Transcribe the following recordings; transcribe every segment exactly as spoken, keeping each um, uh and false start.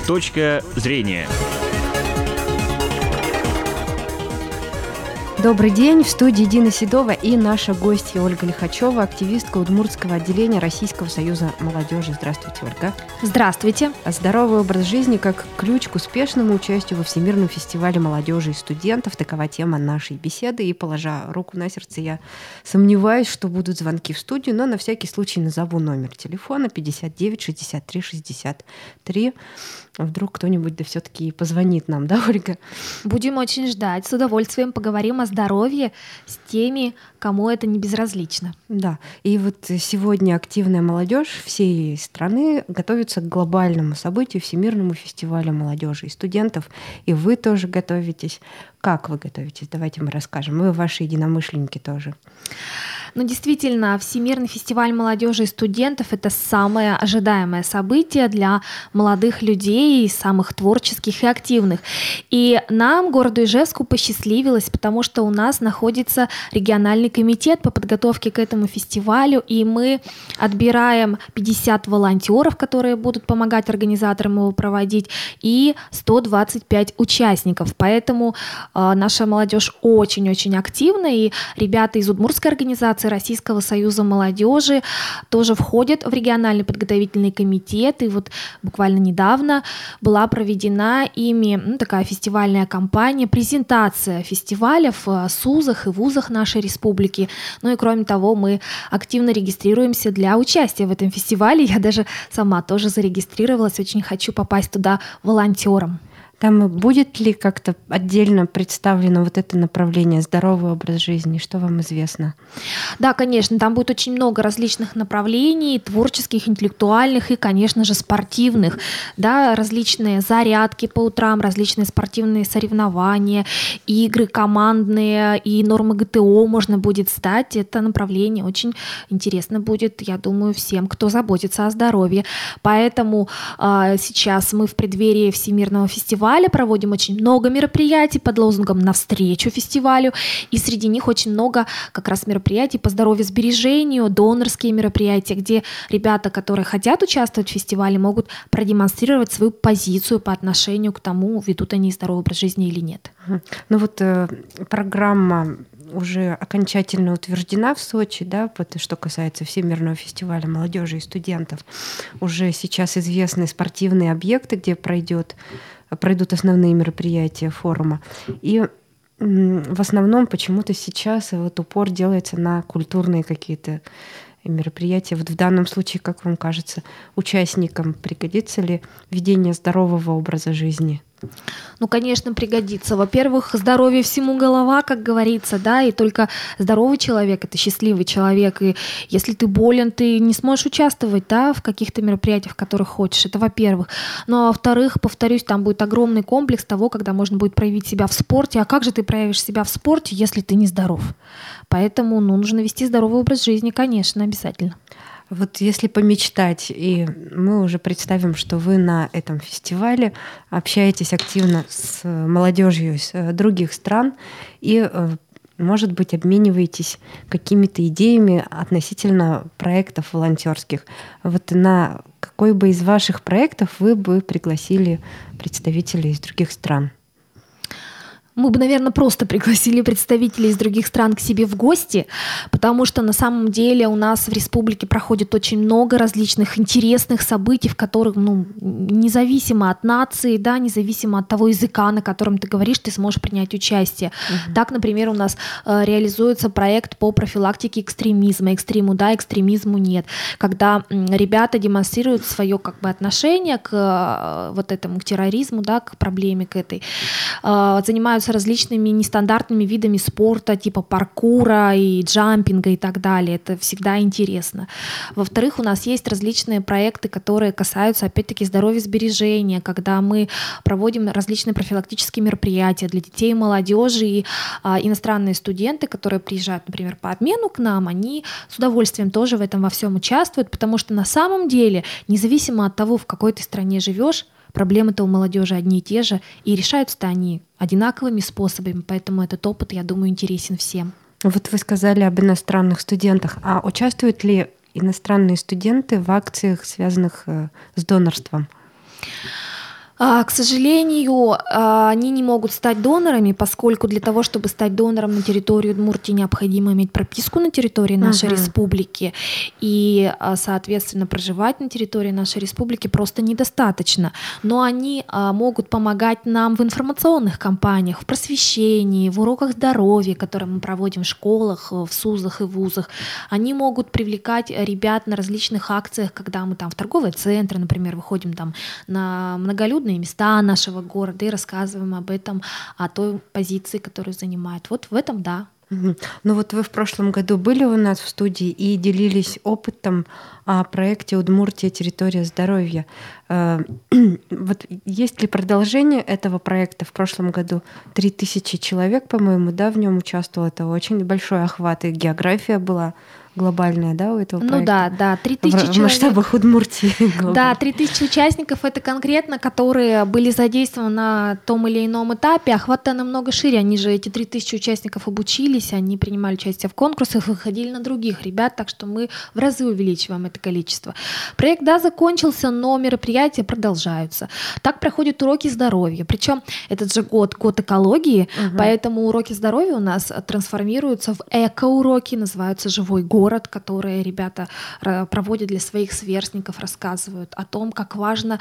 Точка зрения. Добрый день, в студии Дина Седова и наша гостья Ольга Лихачева, активистка Удмуртского отделения Российского союза молодежи. Здравствуйте, Ольга. Здравствуйте. Здоровый образ жизни как ключ к успешному участию во Всемирном фестивале молодежи и студентов. Такова тема нашей беседы. И, положа руку на сердце, я сомневаюсь, что будут звонки в студию, но на всякий случай назову номер телефона пятьдесят девять шестьдесят три шестьдесят три. Вдруг кто-нибудь да все-таки позвонит нам, да, Ольга? Будем очень ждать. С удовольствием поговорим о здоровье с теми, кому это не безразлично. Да. И вот сегодня активная молодежь всей страны готовится к глобальному событию, Всемирному фестивалю молодежи и студентов. И вы тоже готовитесь. Как вы готовитесь? Давайте мы расскажем. Мы ваши единомышленники тоже. Ну, действительно, Всемирный фестиваль молодежи и студентов — это самое ожидаемое событие для молодых людей, самых творческих и активных. И нам, городу Ижевску, посчастливилось, потому что у нас находится региональный комитет по подготовке к этому фестивалю, и мы отбираем пятьдесят волонтеров, которые будут помогать организаторам его проводить, и сто двадцать пять участников. Поэтому э, наша молодежь очень-очень активна, и ребята из Удмуртской организации Российского союза молодежи тоже входят в региональный подготовительный комитет. И вот буквально недавно была проведена ими ну, такая фестивальная кампания, презентация фестиваля в СУЗах и вузах нашей республики. Ну и кроме того, мы активно регистрируемся для участия в этом фестивале. Я даже сама тоже зарегистрировалась, очень хочу попасть туда волонтером. Там будет ли как-то отдельно представлено вот это направление «Здоровый образ жизни»? Что вам известно? Да, конечно, там будет очень много различных направлений, творческих, интеллектуальных и, конечно же, спортивных. Да, различные зарядки по утрам, различные спортивные соревнования, игры командные и нормы ГТО можно будет сдать. Это направление очень интересно будет, я думаю, всем, кто заботится о здоровье. Поэтому э, сейчас мы в преддверии Всемирного фестиваля проводим очень много мероприятий под лозунгом «Навстречу фестивалю», и среди них очень много как раз мероприятий по здоровьесбережению, донорские мероприятия, где ребята, которые хотят участвовать в фестивале, могут продемонстрировать свою позицию по отношению к тому, ведут они здоровый образ жизни или нет. Ну вот э, программа уже окончательно утверждена в Сочи, да, что касается Всемирного фестиваля молодежи и студентов. Уже сейчас известны спортивные объекты, где пройдет пройдут основные мероприятия форума. И в основном почему-то сейчас вот упор делается на культурные какие-то мероприятия. Вот в данном случае, как вам кажется, участникам пригодится ли ведение здорового образа жизни? Ну, конечно, пригодится. Во-первых, здоровье всему голова, как говорится, да, и только здоровый человек — это счастливый человек. И если ты болен, ты не сможешь участвовать, да, в каких-то мероприятиях, в которых хочешь. Это во-первых. Ну, а во-вторых, повторюсь, там будет огромный комплекс того, когда можно будет проявить себя в спорте. А как же ты проявишь себя в спорте, если ты не здоров? Поэтому, ну, нужно вести здоровый образ жизни, конечно, обязательно. Вот если помечтать, и мы уже представим, что вы на этом фестивале общаетесь активно с молодежью из других стран и, может быть, обмениваетесь какими-то идеями относительно проектов волонтерских. Вот на какой бы из ваших проектов вы бы пригласили представителей из других стран? Мы бы, наверное, просто пригласили представителей из других стран к себе в гости, потому что на самом деле у нас в республике проходит очень много различных интересных событий, в которых, ну, независимо от нации, да, независимо от того языка, на котором ты говоришь, ты сможешь принять участие. Uh-huh. Так, например, у нас э, реализуется проект по профилактике экстремизма. Экстриму да, экстремизму нет. Когда м, ребята демонстрируют свое как бы отношение к э, вот этому, к терроризму, да, к проблеме, к этой, э, занимаются различными нестандартными видами спорта, типа паркура и джампинга и так далее. Это всегда интересно. Во-вторых, у нас есть различные проекты, которые касаются, опять-таки, здоровья-сбережения, когда мы проводим различные профилактические мероприятия для детей и молодежи. И а, иностранные студенты, которые приезжают, например, по обмену к нам, они с удовольствием тоже в этом во всем участвуют, потому что на самом деле, независимо от того, в какой ты стране живешь, проблемы-то у молодежи одни и те же, и решаются-то они одинаковыми способами, поэтому этот опыт, я думаю, интересен всем. Вот вы сказали об иностранных студентах. А участвуют ли иностранные студенты в акциях, связанных с донорством? А, К сожалению, а, они не могут стать донорами, поскольку для того, чтобы стать донором на территории Удмуртии, необходимо иметь прописку на территории нашей Мгм. республики. И, а, соответственно, проживать на территории нашей республики просто недостаточно. Но они а, могут помогать нам в информационных кампаниях, в просвещении, в уроках здоровья, которые мы проводим в школах, в СУЗах и вузах. Они могут привлекать ребят на различных акциях, когда мы там в торговые центры, например, выходим там на многолюдные места нашего города и рассказываем об этом, о той позиции, которую занимает. Вот в этом да. Мгм. Ну вот вы в прошлом году были у нас в студии и делились опытом о проекте «Удмуртия. Территория здоровья». Э, Вот есть ли продолжение этого проекта? В прошлом году три тысячи человек, по-моему, да, в нем участвовало. Это очень большой охват, и география была глобальная, да, у этого Ну проекта? да, да, три В тысячи ра- в человек. масштабах Удмуртии. Да, глобально. три тысячи участников это конкретно, которые были задействованы на том или ином этапе. Охват-то намного шире. Они же, эти три тысячи участников, обучились, они принимали участие в конкурсах, выходили на других ребят, так что мы в разы увеличиваем это количество. Проект, да, закончился, но мероприятия продолжаются. Так проходят уроки здоровья. Причем этот же год, год экологии, Мгм. поэтому уроки здоровья у нас трансформируются в эко-уроки, называются «Живой город», которые ребята ра- проводят для своих сверстников, рассказывают о том, как важно,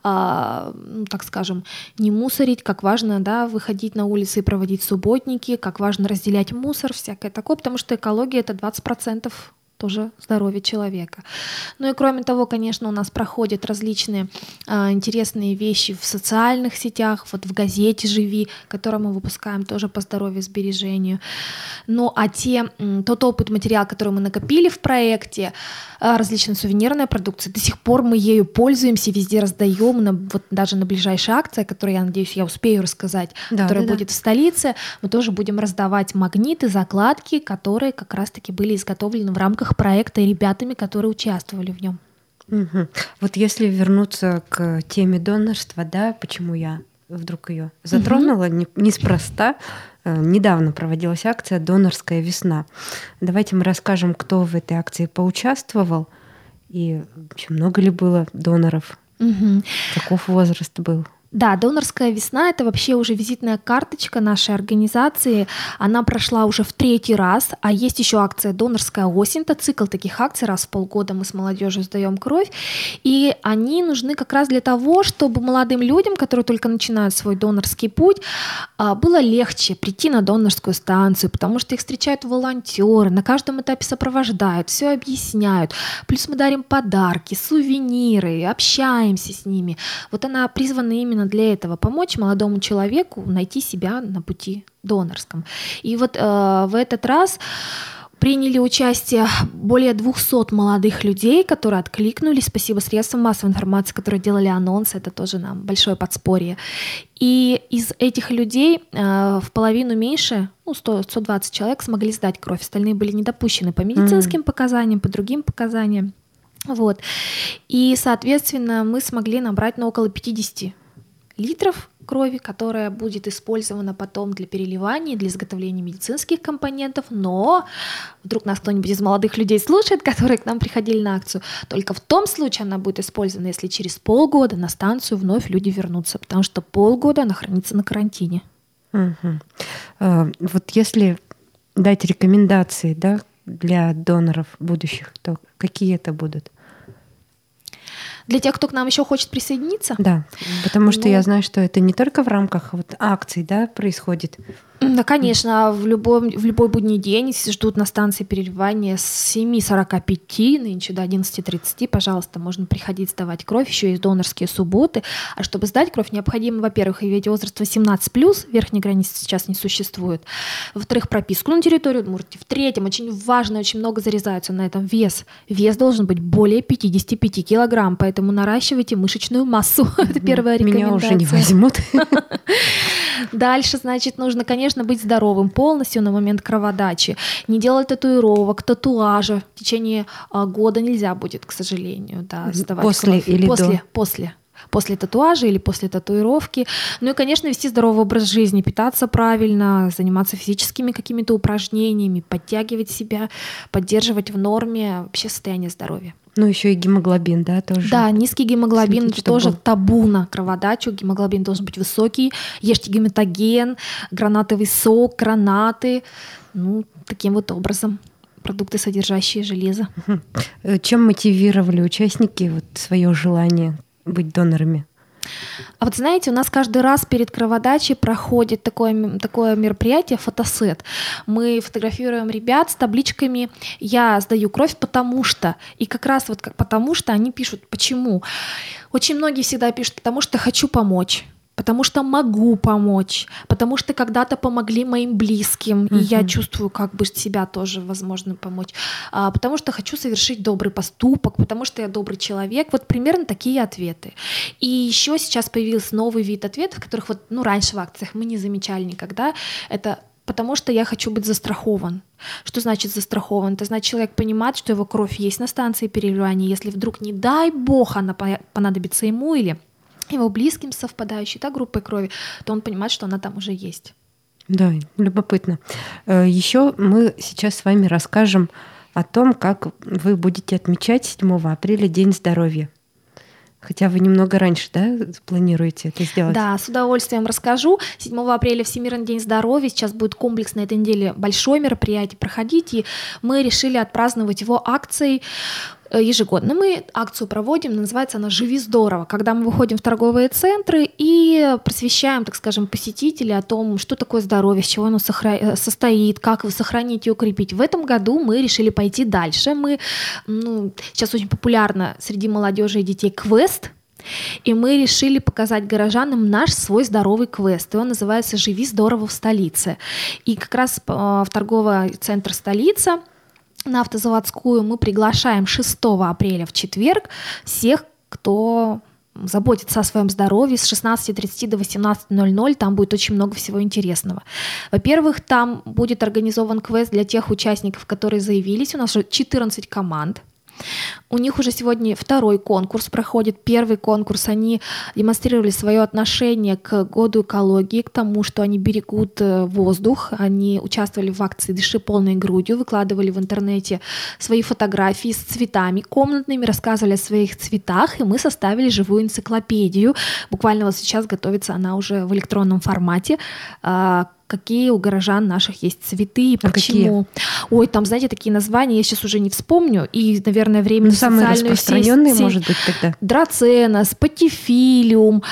а, ну, так скажем, не мусорить, как важно, да, выходить на улицы и проводить субботники, как важно разделять мусор, всякое такое, потому что экология — это двадцать процентов тоже здоровье человека. Ну и кроме того, конечно, у нас проходят различные а, интересные вещи в социальных сетях, вот в газете «Живи», которую мы выпускаем тоже по здоровью, сбережению. Ну а те, м, тот опыт, материал, который мы накопили в проекте, а, различная сувенирная продукция, до сих пор мы ею пользуемся, везде раздаем, на, вот даже на ближайшей акции, которую, я надеюсь, я успею рассказать, Да, которая да, да. будет в столице, мы тоже будем раздавать магниты, закладки, которые как раз-таки были изготовлены в рамках проекта и ребятами, которые участвовали в нем. Мгм. Вот если вернуться к теме донорства, да, почему я вдруг ее затронула, не- неспроста. Э, Недавно проводилась акция «Донорская весна». Давайте мы расскажем, кто в этой акции поучаствовал и вообще много ли было доноров, Мгм. каков возраст был. Да, донорская весна — это вообще уже визитная карточка нашей организации. Она прошла уже в третий раз, а есть еще акция «Донорская осень». Это цикл таких акций. Раз в полгода мы с молодежью сдаем кровь. И они нужны как раз для того, чтобы молодым людям, которые только начинают свой донорский путь, а, было легче прийти на донорскую станцию, потому что их встречают волонтеры, на каждом этапе сопровождают, все объясняют. Плюс мы дарим подарки, сувениры, общаемся с ними. Вот она призвана именно для этого — помочь молодому человеку найти себя на пути донорском. И вот э, в этот раз приняли участие более двухсот молодых людей, которые откликнулись. Спасибо средствам массовой информации, которые делали анонсы. Это тоже нам большое подспорье. И из этих людей э, в половину меньше, ну, сто сто двадцать человек смогли сдать кровь. Остальные были не допущены по медицинским показаниям, по другим показаниям. Вот. И, соответственно, мы смогли набрать на около пятьдесят литров крови, которая будет использована потом для переливания, для изготовления медицинских компонентов. Но вдруг нас кто-нибудь из молодых людей слушает, которые к нам приходили на акцию, только в том случае она будет использована, если через полгода на станцию вновь люди вернутся, потому что полгода она хранится на карантине. Мгм. Э, Вот если дать рекомендации, да, для доноров будущих, то какие это будут? Для тех, кто к нам еще хочет присоединиться, Да, потому что Ну, я знаю, что это не только в рамках вот акций, да, происходит. да, конечно, в любой, в любой будний день ждут на станции переливания с семи сорока пяти нынче до одиннадцати тридцати. Пожалуйста, можно приходить сдавать кровь. Еще есть донорские субботы. А чтобы сдать кровь, необходимо, во-первых, иметь возраст восемнадцать плюс, верхней границы сейчас не существует. Во-вторых, прописку на территории Удмуртии. В-третьем, очень важно, очень много зарезаются на этом вес. Вес должен быть более пятидесяти пяти килограмм, поэтому наращивайте мышечную массу. Это первая рекомендация. Меня уже не возьмут. Дальше, значит, нужно, конечно, быть здоровым полностью на момент кроводачи. Не делать татуировок, татуажа. В течение а, года нельзя будет, к сожалению, да, сдавать После кровь. или после, до? После. после татуажа или после татуировки. Ну и, конечно, вести здоровый образ жизни, питаться правильно, заниматься физическими какими-то упражнениями, подтягивать себя, поддерживать в норме вообще состояние здоровья. Ну, еще и гемоглобин, да, тоже. Да, низкий гемоглобин Следите, тоже чтобы... табу на кроводачу. Гемоглобин должен быть высокий. Ешьте гематоген, гранатовый сок, гранаты. Ну, таким вот образом. Продукты, содержащие железо. Чем мотивировали участники вот свое желание быть донорами? А вот знаете, у нас каждый раз перед кроводачей проходит такое, такое мероприятие, фотосет. Мы фотографируем ребят с табличками «Я сдаю кровь, потому что». И как раз вот как «потому что» они пишут «почему». Очень многие всегда пишут «потому что хочу помочь». Потому что могу помочь, потому что когда-то помогли моим близким, uh-huh. и я чувствую, как бы себя тоже возможно помочь, а, потому что хочу совершить добрый поступок, потому что я добрый человек. Вот примерно такие ответы. И еще сейчас появился новый вид ответов, которых вот, ну, раньше в акциях мы не замечали никогда. Это потому что я хочу быть застрахован. Что значит застрахован? Это значит, человек понимает, что его кровь есть на станции переливания. Если вдруг, не дай бог, она понадобится ему или его близким совпадающей, да, группой крови, то он понимает, что она там уже есть. Да, любопытно. Еще мы сейчас с вами расскажем о том, как вы будете отмечать седьмого апреля День здоровья. Хотя вы немного раньше, да, планируете это сделать? Да, с удовольствием расскажу. седьмого апреля Всемирный день здоровья. Сейчас будет комплекс на этой неделе большое мероприятие проходить, и мы решили отпраздновать его акцией. Ежегодно мы акцию проводим, называется она «Живи здорово», когда мы выходим в торговые центры и просвещаем, так скажем, посетителей о том, что такое здоровье, с чего оно состоит, как его сохранить и укрепить. В этом году мы решили пойти дальше. Мы, ну, сейчас очень популярно среди молодежи и детей квест, и мы решили показать горожанам наш свой здоровый квест. И он называется «Живи здорово в столице». И как раз в торговый центр «Столица» на Автозаводскую мы приглашаем шестого апреля в четверг всех, кто заботится о своем здоровье, с шестнадцати тридцати до восемнадцати ноль-ноль. Там будет очень много всего интересного. Во-первых, там будет организован квест для тех участников, которые заявились. У нас уже четырнадцать команд. У них уже сегодня второй конкурс проходит. Первый конкурс, они демонстрировали свое отношение к году экологии, к тому, что они берегут воздух. Они участвовали в акции «Дыши полной грудью», выкладывали в интернете свои фотографии с цветами комнатными, рассказывали о своих цветах, и мы составили живую энциклопедию. Буквально вот сейчас готовится она уже в электронном формате. Какие у горожан наших есть цветы и а почему. Какие? Ой, там, знаете, такие названия, я сейчас уже не вспомню, и, наверное, времени ну, самые распространенные, сеть, может быть, тогда. Драценос, патифилиум,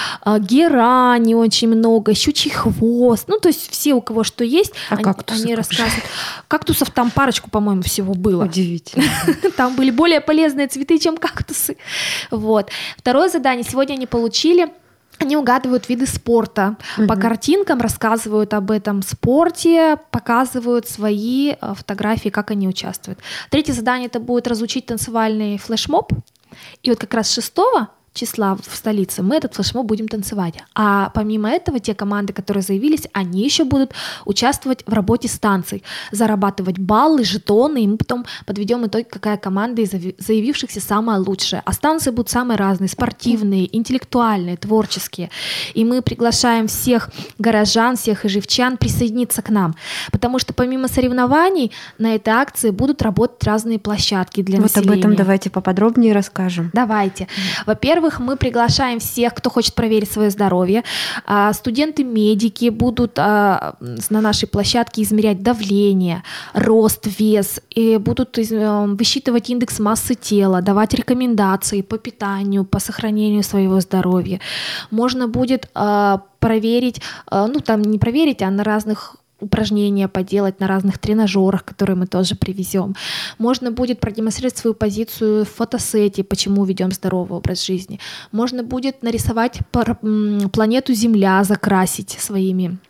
герани очень много, щучий хвост, ну, то есть все, у кого что есть, а они, кактусы, они рассказывают. Кактусов там парочку, по-моему, всего было. Удивительно. Там были более полезные цветы, чем кактусы. Вот. Второе задание сегодня они получили. Они угадывают виды спорта, угу. по картинкам рассказывают об этом спорте, показывают свои фотографии, как они участвуют. Третье задание — это будет разучить танцевальный флешмоб. И вот как раз шестого числа в столице мы этот флешмоб будем танцевать. А помимо этого, те команды, которые заявились, они еще будут участвовать в работе станций, зарабатывать баллы, жетоны, и мы потом подведем итог, какая команда из заявившихся самая лучшая. А станции будут самые разные: спортивные, интеллектуальные, творческие. И мы приглашаем всех горожан, всех ижевчан присоединиться к нам, потому что помимо соревнований на этой акции будут работать разные площадки для вот населения. Вот об этом давайте поподробнее расскажем. Давайте. Во-первых, мы приглашаем всех, кто хочет проверить свое здоровье. Студенты-медики будут на нашей площадке измерять давление, рост, вес, и будут высчитывать индекс массы тела, давать рекомендации по питанию, по сохранению своего здоровья. Можно будет проверить, ну там не проверить, а на разных упражнения поделать, на разных тренажерах, которые мы тоже привезем. Можно будет продемонстрировать свою позицию в фотосете, почему ведем здоровый образ жизни. Можно будет нарисовать планету Земля, закрасить своими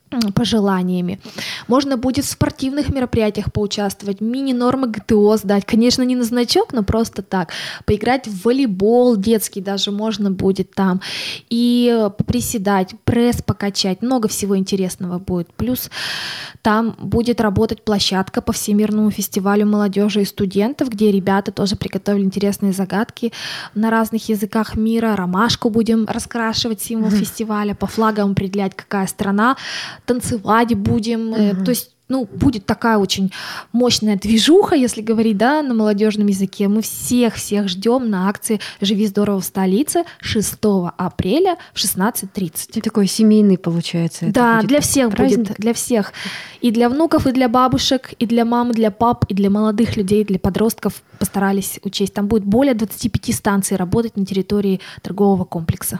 пожеланиями. Можно будет в спортивных мероприятиях поучаствовать, мини-нормы ГТО сдать. Конечно, не на значок, но просто так. Поиграть в волейбол детский даже можно будет там. И поприседать, пресс покачать. Много всего интересного будет. Плюс там будет работать площадка по Всемирному фестивалю молодежи и студентов, где ребята тоже приготовили интересные загадки на разных языках мира. Ромашку будем раскрашивать, символ mm-hmm. фестиваля, по флагам определять, какая страна. Танцевать будем, mm-hmm. то есть, ну, будет такая очень мощная движуха, если говорить, да, на молодежном языке. Мы всех-всех ждем на акции «Живи здорово в столице» шестого апреля в шестнадцать тридцать. Такой семейный, получается. Да, для всех праздник. Будет, для всех. И для внуков, и для бабушек, и для мам, и для пап, и для молодых людей, для подростков постарались учесть. Там будет более двадцати пяти станций работать на территории торгового комплекса.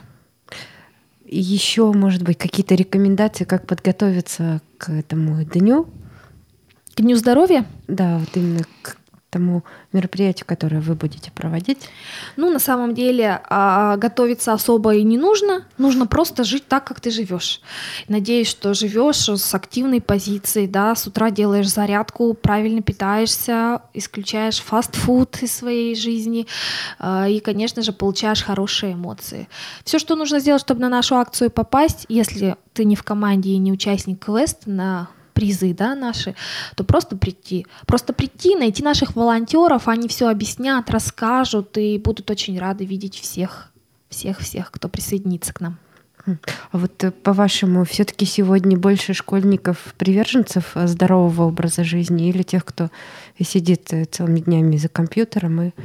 Еще, может быть, какие-то рекомендации, как подготовиться к этому дню? К Дню здоровья? Да, вот именно к тому мероприятию, которое вы будете проводить. Ну, на самом деле, готовиться особо и не нужно. Нужно просто жить так, как ты живешь. Надеюсь, что живешь с активной позицией, да, с утра делаешь зарядку, правильно питаешься, исключаешь фастфуд из своей жизни и, конечно же, получаешь хорошие эмоции. Все, что нужно сделать, чтобы на нашу акцию попасть, если ты не в команде и не участник квеста на призы, да, наши, то просто прийти. Просто прийти, найти наших волонтеров, они все объяснят, расскажут и будут очень рады видеть всех, всех-всех, кто присоединится к нам. А вот по-вашему, все-таки сегодня больше школьников, приверженцев здорового образа жизни или тех, кто сидит целыми днями за компьютером и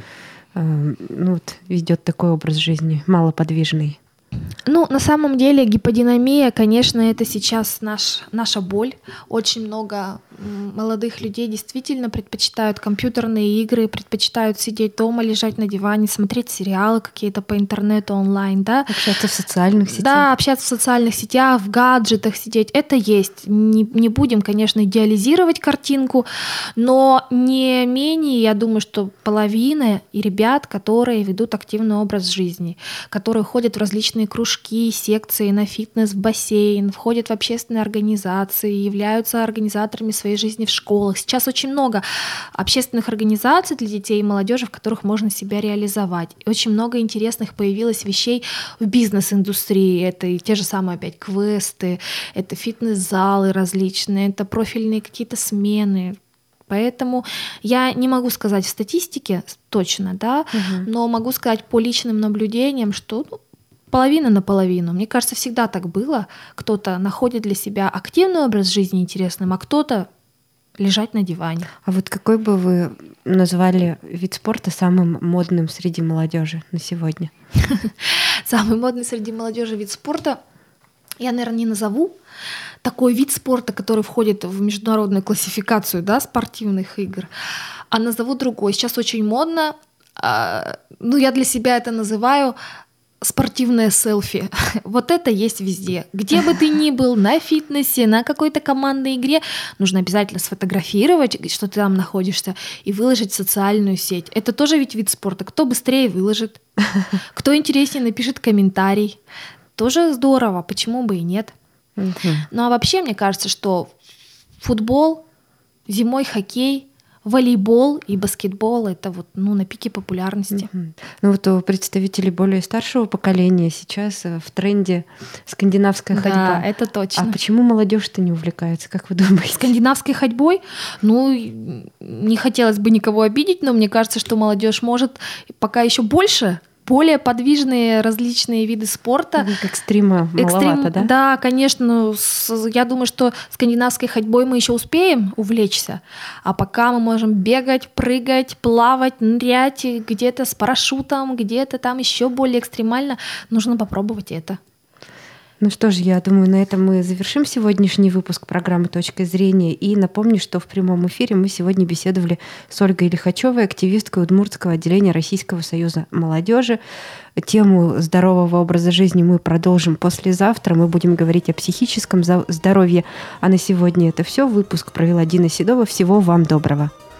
ну, вот, ведет такой образ жизни, малоподвижный? Ну, на самом деле гиподинамия, конечно, это сейчас наш, наша боль. Очень много молодых людей действительно предпочитают компьютерные игры, предпочитают сидеть дома, лежать на диване, смотреть сериалы какие-то по интернету онлайн, да. Общаться в социальных сетях. Да, общаться в социальных сетях, в гаджетах сидеть. Это есть. Не, не будем, конечно, идеализировать картинку, но не менее, я думаю, что половина и ребят, которые ведут активный образ жизни, которые ходят в различные кружки, секции на фитнес, в бассейн, входят в общественные организации, являются организаторами своей жизни в школах. Сейчас очень много общественных организаций для детей и молодежи, в которых можно себя реализовать. И очень много интересных появилось вещей в бизнес-индустрии. Это и те же самые опять квесты, это фитнес-залы различные, это профильные какие-то смены. Поэтому я не могу сказать в статистике точно, да, угу. но могу сказать по личным наблюдениям, что ну, половина на половину. Мне кажется, всегда так было. Кто-то находит для себя активный образ жизни интересным, а кто-то лежать на диване. А вот какой бы вы назвали вид спорта самым модным среди молодежи на сегодня? Самый модный среди молодежи вид спорта я, наверное, не назову. Такой вид спорта, который входит в международную классификацию, да, спортивных игр, а назову другой. Сейчас очень модно, ну, я для себя это называю спортивное селфи. Вот это есть везде. Где бы ты ни был, на фитнесе, на какой-то командной игре, нужно обязательно сфотографировать, что ты там находишься, и выложить в социальную сеть. Это тоже ведь вид спорта. Кто быстрее выложит, кто интереснее напишет комментарий. Тоже здорово, почему бы и нет. Ну а вообще, мне кажется, что футбол, зимой хоккей, волейбол и баскетбол — это вот, ну, на пике популярности. Mm-hmm. Ну вот у представителей более старшего поколения сейчас в тренде скандинавская ходьба. Да, это точно. А почему молодежь-то не увлекается, как вы думаете? Скандинавской ходьбой? Ну, не хотелось бы никого обидеть, но мне кажется, что молодежь может пока еще больше. Более подвижные различные виды спорта. Экстрима маловато, Экстрим, да? Да, конечно. Я думаю, что скандинавской ходьбой мы еще успеем увлечься. А пока мы можем бегать, прыгать, плавать, нырять, где-то с парашютом, где-то там еще более экстремально. Нужно попробовать это. Ну что ж, я думаю, на этом мы завершим сегодняшний выпуск программы «Точка зрения». И напомню, что в прямом эфире мы сегодня беседовали с Ольгой Лихачевой, активисткой Удмуртского отделения Российского союза молодежи. Тему здорового образа жизни мы продолжим послезавтра. Мы будем говорить о психическом здоровье. А на сегодня это все. Выпуск провела Дина Седова. Всего вам доброго.